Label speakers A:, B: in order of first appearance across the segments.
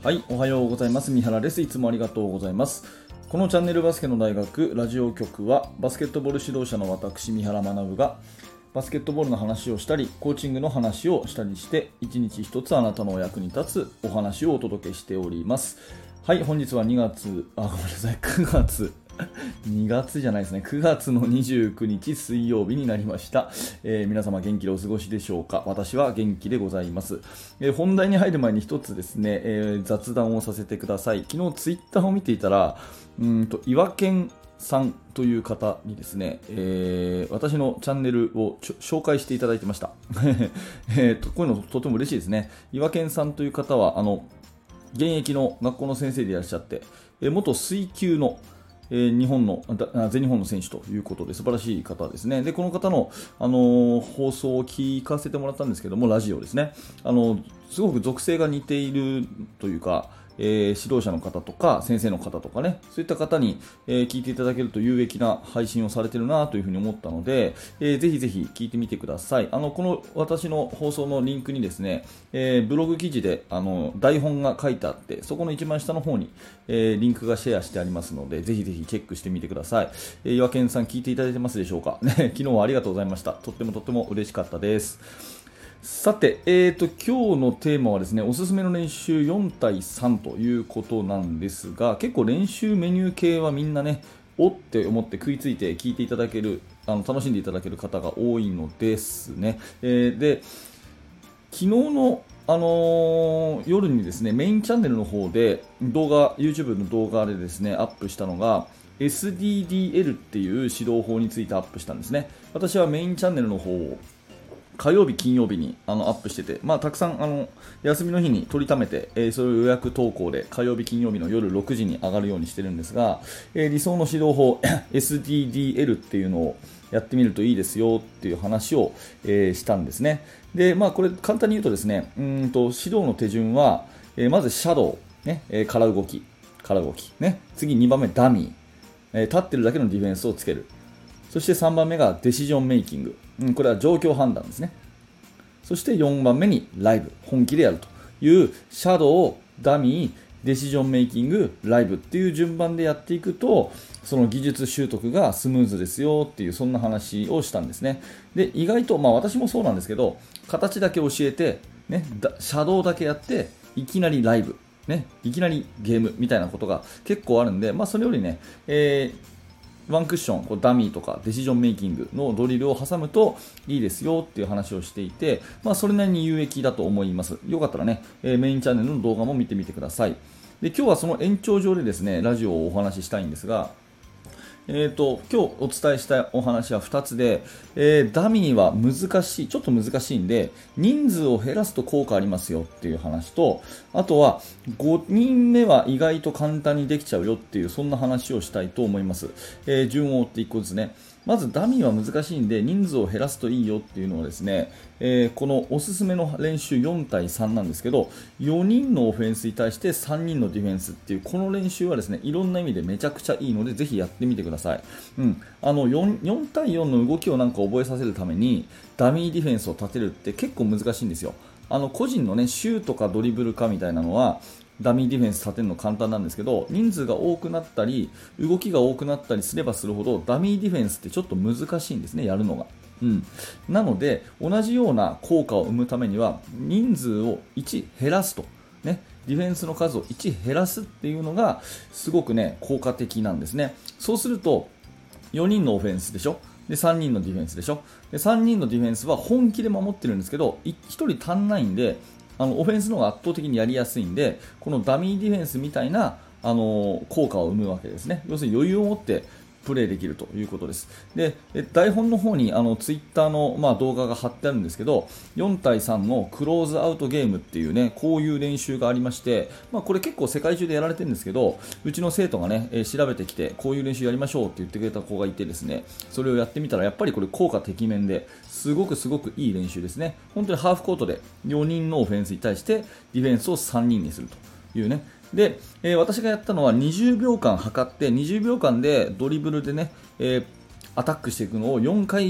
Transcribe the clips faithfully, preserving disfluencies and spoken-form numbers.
A: はい、おはようございます。三原です。いつもありがとうございます。このチャンネルバスケの大学ラジオ局は、バスケットボール指導者の私、三原学がバスケットボールの話をしたり、コーチングの話をしたりして、一日一つあなたのお役に立つお話をお届けしております。はい、本日はにがつ、あ、ごめんなさい、くがつ。にがつじゃないですね。くがつのにじゅうくにち水曜日になりました。えー、皆様元気でお過ごしでしょうか。私は元気でございます。えー、本題に入る前に一つですね、えー、雑談をさせてください。昨日ツイッターを見ていたら、うんと岩健さんという方にですね、えー、私のチャンネルを紹介していただいてました。えーとこういうのとても嬉しいですね。岩健さんという方はあの現役の学校の先生でいらっしゃって、えー、元水球のえー、日本の全日本の選手ということで素晴らしい方ですね。でこの方の、あのー、放送を聞かせてもらったんですけども、ラジオですね、あのすごく属性が似ているというか、えー、指導者の方とか先生の方とかね、そういった方に、えー、聞いていただけると有益な配信をされているなというふうに思ったので、えー、ぜひぜひ聞いてみてください。あのこの私の放送のリンクにですね、えー、ブログ記事であの台本が書いてあって、そこの一番下の方に、えー、リンクがシェアしてありますので、ぜひぜひチェックしてみてください。えー、岩健さん聞いていただいてますでしょうか、ね、昨日はありがとうございました。とってもとっても嬉しかったです。さて、えーと、今日のテーマはですね、おすすめの練習よんたいさんということなんですが、結構練習メニュー系はみんなね、おって思って食いついて聞いていただける、あの楽しんでいただける方が多いのですね。えー、で、昨日のあのー、夜にですね、メインチャンネルの方で動画、YouTube の動画でですね、アップしたのが エスディーディーエル っていう指導法についてアップしたんですね。私はメインチャンネルの方を火曜日、金曜日にあのアップしてて、まあ、たくさんあの休みの日に取りためて、えー、そういう予約投稿で火曜日、金曜日の夜ろくじに上がるようにしてるんですが、えー、理想の指導法エスディーディーエル っていうのをやってみるといいですよっていう話を、えー、したんですね。で、まあ、これ簡単に言うとですね、うんと指導の手順は、えー、まずシャドウ、ねえー、空動き、空動き、ね、次にばんめダミー、えー、立ってるだけのディフェンスをつける。そしてさんばんめがデシジョンメイキング、うん、これは状況判断ですね。そしてよんばんめにライブ、本気でやるというシャドウ、ダミー、デシジョンメイキング、ライブっていう順番でやっていくと、その技術習得がスムーズですよっていう、そんな話をしたんですね。で、意外と、まあ私もそうなんですけど、形だけ教えて、ね、シャドウだけやって、いきなりライブ、ね、いきなりゲームみたいなことが結構あるんで、まあそれよりね、えーワンクッション、こうダミーとかデシジョンメイキングのドリルを挟むといいですよっていう話をしていて、まあ、それなりに有益だと思います。よかったらね、えー、メインチャンネルの動画も見てみてください。で、今日はその延長上でですね、ラジオをお話ししたいんですが、えーと、今日お伝えしたお話はふたつで、えー、ダミーは難しい、ちょっと難しいんで、人数を減らすと効果ありますよっていう話と、あとはごにんめは意外と簡単にできちゃうよっていう、そんな話をしたいと思います。えー、順を追っていくですね。まずダミーは難しいんで、人数を減らすといいよっていうのはですね、えー、このおすすめの練習よんたいさんなんですけど、よにんのオフェンスに対してさんにんのディフェンスっていう、この練習はですね、いろんな意味でめちゃくちゃいいので、ぜひやってみてください。うん、あの 4, よん対よんの動きをなんか覚えさせるためにダミーディフェンスを立てるって結構難しいんですよ。あの個人のね、シュートかドリブルかみたいなのはダミーディフェンス立てるの簡単なんですけど、人数が多くなったり動きが多くなったりすればするほどダミーディフェンスってちょっと難しいんですね、やるのが。うん、なので同じような効果を生むためには人数をいち減らすと、ね、ディフェンスの数をいち減らすっていうのがすごくね効果的なんですね。そうするとよにんのオフェンスでしょ、でさんにんのディフェンスでしょ、でさんにんのディフェンスは本気で守ってるんですけどひとり足んないんで、あのオフェンスの方が圧倒的にやりやすいんで、このダミーディフェンスみたいなあの効果を生むわけですね。要するに余裕を持ってプレーできるということです。で、台本の方にあのツイッターの、まあ、動画が貼ってあるんですけど、よん対さんのクローズアウトゲームっていうね、こういう練習がありまして、まあ、これ結構世界中でやられてるんですけど、うちの生徒がね、えー、調べてきて、こういう練習やりましょうって言ってくれた子がいてですね、それをやってみたらやっぱりこれ効果てきめんですごくすごくいい練習ですね。本当にハーフコートでよにんのオフェンスに対してディフェンスをさんにんにするというね。で、えー、私がやったのはにじゅうびょうかん測ってにじゅうびょうかんでドリブルでね、えー、アタックしていくのをよんかい以上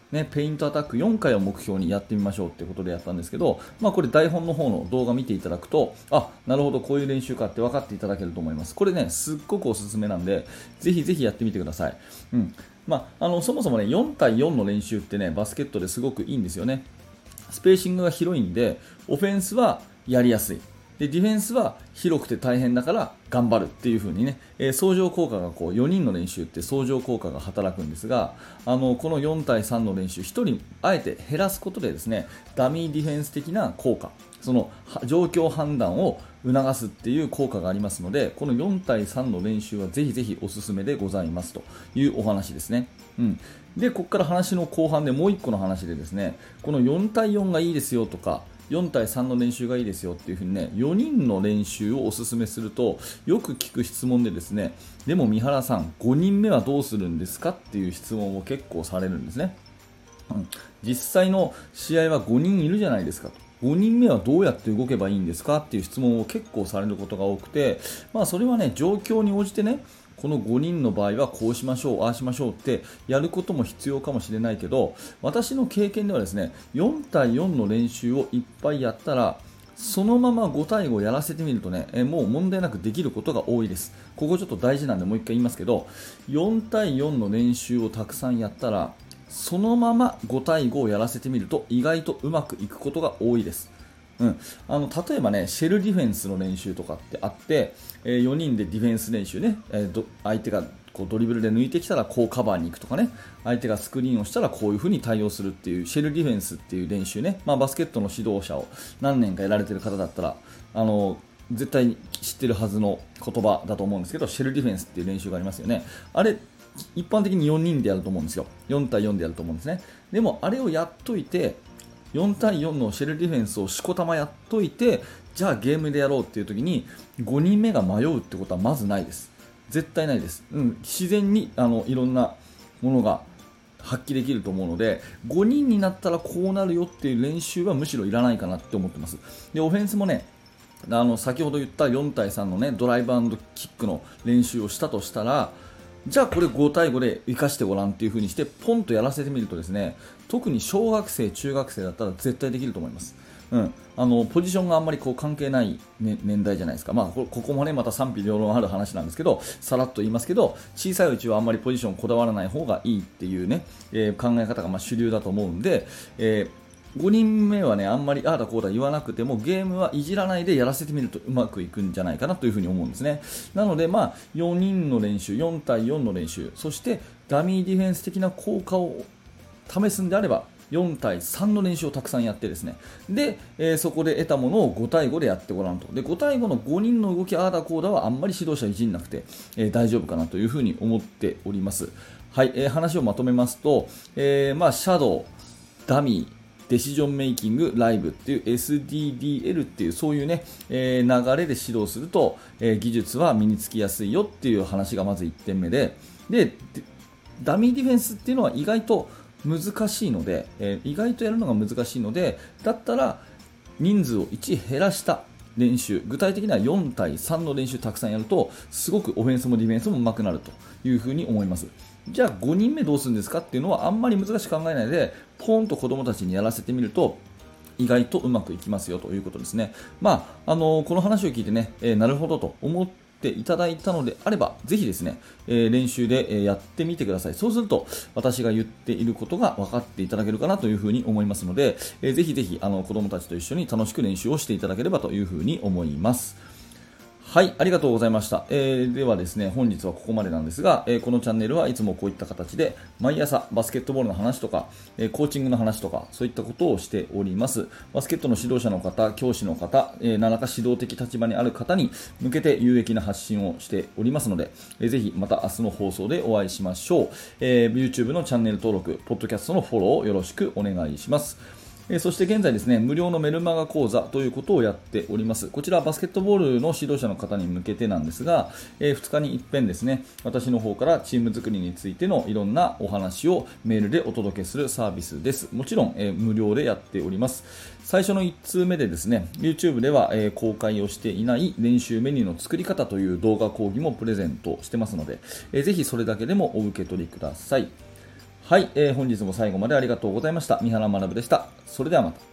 A: ね、ペイントアタックよんかいを目標にやってみましょうってことでやったんですけど、まあ、これ台本の方の動画見ていただくと、あ、なるほどこういう練習かって分かっていただけると思います。これねすっごくおすすめなんで、ぜひぜひやってみてください。うんまあ、あのそもそもねよん対よんの練習ってねバスケットですごくいいんですよね。スペーシングが広いんでオフェンスはやりやすいで、ディフェンスは広くて大変だから頑張るっていう風にね、えー、相乗効果がこうよにんの練習って相乗効果が働くんですが、あのこのよん対さんの練習ひとりあえて減らすことでですね、ダミーディフェンス的な効果、その状況判断を促すっていう効果がありますので、このよん対さんの練習はぜひぜひおすすめでございますというお話ですね。うん、でここから話の後半でもういっこの話でですね、このよん対よんがいいですよとかよん対さんの練習がいいですよっていう風にね、よにんの練習をおすすめするとよく聞く質問でですね、でも三原さんごにんめはどうするんですかっていう質問を結構されるんですね。うん、実際の試合はごにんいるじゃないですかと、ごにんめはどうやって動けばいいんですかっていう質問を結構されることが多くて、まあ、それはね状況に応じてね、このごにんの場合はこうしましょう、ああしましょうってやることも必要かもしれないけど、私の経験ではですね、よん対よんの練習をいっぱいやったらそのままご対ごやらせてみるとね、えもう問題なくできることが多いです。ここちょっと大事なんでもう一回言いますけど、よん対よんの練習をたくさんやったらそのままご対ごをやらせてみると意外とうまくいくことが多いです。うん、あの例えばねシェルディフェンスの練習とかってあって、えー、よにんでディフェンス練習ね、えー、ど相手がこうドリブルで抜いてきたらこうカバーに行くとかね、相手がスクリーンをしたらこういう風に対応するっていうシェルディフェンスっていう練習ね、まあ、バスケットの指導者を何年かやられている方だったらあの絶対に知ってるはずの言葉だと思うんですけど、シェルディフェンスっていう練習がありますよね。あれ一般的によにんでやると思うんですよ。よん対よんでやると思うんですね。でもあれをやっといてよん対よんのシェルディフェンスをしこたまやっといて、じゃあゲームでやろうっていう時にごにんめが迷うってことはまずないです。絶対ないです。うん、自然にあのいろんなものが発揮できると思うので、ごにんになったらこうなるよっていう練習はむしろいらないかなって思ってます。でオフェンスもね、あの先ほど言ったよん対さんのねドライブ&キックの練習をしたとしたら、じゃあこれご対ごで生かしてごらんっていう風にしてポンとやらせてみるとですね、特に小学生中学生だったら絶対できると思います。うん、あのポジションがあんまりこう関係ない、ね、年代じゃないですか。まあ、こ, ここもねまた賛否両論ある話なんですけど、さらっと言いますけど、小さいうちはあんまりポジションこだわらない方がいいっていうね、えー、考え方がまあ主流だと思うんで、えーごにんめはねあんまりああだこうだ言わなくてもゲームはいじらないでやらせてみるとうまくいくんじゃないかなというふうに思うんですね。なのでまあよにんの練習、よん対よんの練習、そしてダミーディフェンス的な効果を試すんであればよん対さんの練習をたくさんやってですね、で、えー、そこで得たものをご対ごでやってごらんと。でご対ごのごにんの動きああだこうだはあんまり指導者いじんなくて、えー、大丈夫かなというふうに思っております。はい、えー、話をまとめますと、えー、まあシャドウ、ダミー、デシジョンメイキングライブっていう エスディーディーエル っていうそういうね、えー、流れで指導すると、えー、技術は身につきやすいよっていう話がまずいってんめで、でダミーディフェンスっていうのは意外と難しいので、えー、意外とやるのが難しいので、だったら人数をいち減らした練習、具体的にはよん対さんの練習たくさんやるとすごくオフェンスもディフェンスも上手くなるというふうに思います。じゃあごにんめどうするんですかっていうのはあんまり難しく考えないでポンと子供たちにやらせてみると意外とうまくいきますよということですね。まあ、あのこの話を聞いてね、えー、なるほどと思っていただいたのであればぜひですね、えー、練習で、えー、やってみてください。そうすると私が言っていることが分かっていただけるかなというふうに思いますので、えー、ぜひぜひあの子供たちと一緒に楽しく練習をしていただければというふうに思います。はい、ありがとうございました。えー、ではですね、本日はここまでなんですが、えー、このチャンネルはいつもこういった形で毎朝バスケットボールの話とか、えー、コーチングの話とかそういったことをしております。バスケットの指導者の方、教師の方、えー、何らか指導的立場にある方に向けて有益な発信をしておりますので、えー、ぜひまた明日の放送でお会いしましょう。えー、YouTube のチャンネル登録、Podcast のフォローをよろしくお願いします。えー、そして現在ですね、無料のメルマガ講座ということをやっております。こちらはバスケットボールの指導者の方に向けてなんですが、えー、ふつかに一遍ですね、私の方からチーム作りについてのいろんなお話をメールでお届けするサービスです。もちろん、えー、無料でやっております。最初のいっ通目でですね、YouTube では、えー、公開をしていない練習メニューの作り方という動画講義もプレゼントしてますので、えー、ぜひそれだけでもお受け取りください。 はい、えー本日も最後までありがとうございました。三原学でした。それではまた。